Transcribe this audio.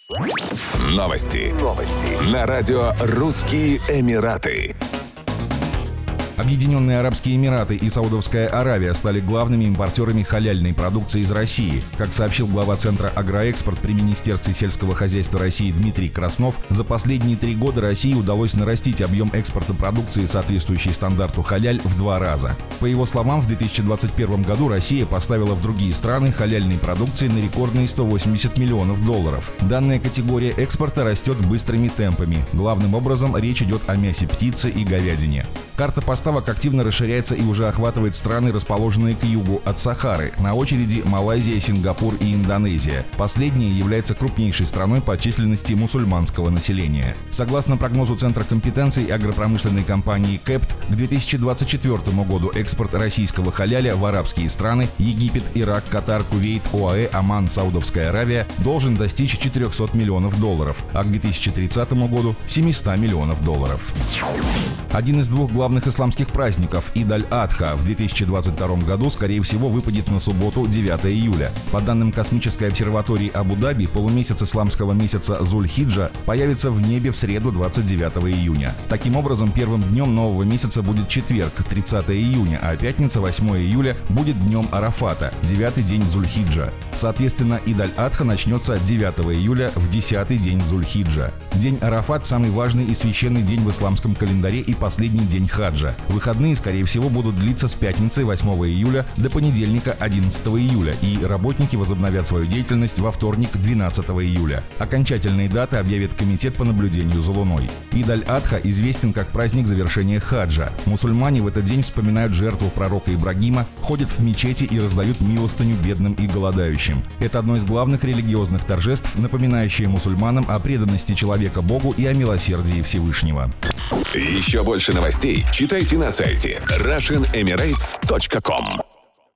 Новости. На радио «Русские Эмираты». Объединенные Арабские Эмираты и Саудовская Аравия стали главными импортерами халяльной продукции из России. Как сообщил глава Центра «Агроэкспорт» при Министерстве сельского хозяйства России Дмитрий Краснов, за последние 3 года России удалось нарастить объем экспорта продукции, соответствующей стандарту халяль, в 2 раза. По его словам, в 2021 году Россия поставила в другие страны халяльной продукции на рекордные $180 миллионов. Данная категория экспорта растет быстрыми темпами. Главным образом речь идет о мясе птицы и говядине. Карта поставок активно расширяется и уже охватывает страны, расположенные к югу от Сахары. На очереди Малайзия, Сингапур и Индонезия. Последняя является крупнейшей страной по численности мусульманского населения. Согласно прогнозу Центра компетенций агропромышленной компании КЭПТ, к 2024 году экспорт российского халяля в арабские страны – Египет, Ирак, Катар, Кувейт, ОАЭ, Оман, Саудовская Аравия – должен достичь $400 миллионов, а к 2030 году – $700 миллионов. Один из 2 главных исламских праздников Идаль-Адха в 2022 году, скорее всего, выпадет на субботу 9 июля. По данным космической обсерватории Абу-Даби, полумесяц исламского месяца Зуль-Хиджа появится в небе в среду 29 июня. Таким образом, первым днем нового месяца будет четверг, 30 июня, а пятница, 8 июля, будет днем Арафата, 9-й день Зуль-Хиджа. Соответственно, Идаль-Адха начнется 9 июля в 10-й день Зуль-Хиджа. День Арафат – самый важный и священный день в исламском календаре и последний день хаджа. Выходные, скорее всего, будут длиться с пятницы 8 июля до понедельника 11 июля, и работники возобновят свою деятельность во вторник 12 июля. Окончательные даты объявит Комитет по наблюдению за Луной. Идаль-Адха известен как праздник завершения хаджа. Мусульмане в этот день вспоминают жертву пророка Ибрагима, ходят в мечети и раздают милостыню бедным и голодающим. Это одно из главных религиозных торжеств, напоминающее мусульманам о преданности человека Богу и о милосердии Всевышнего. Еще больше новостей читайте на сайте RussianEmirates.com.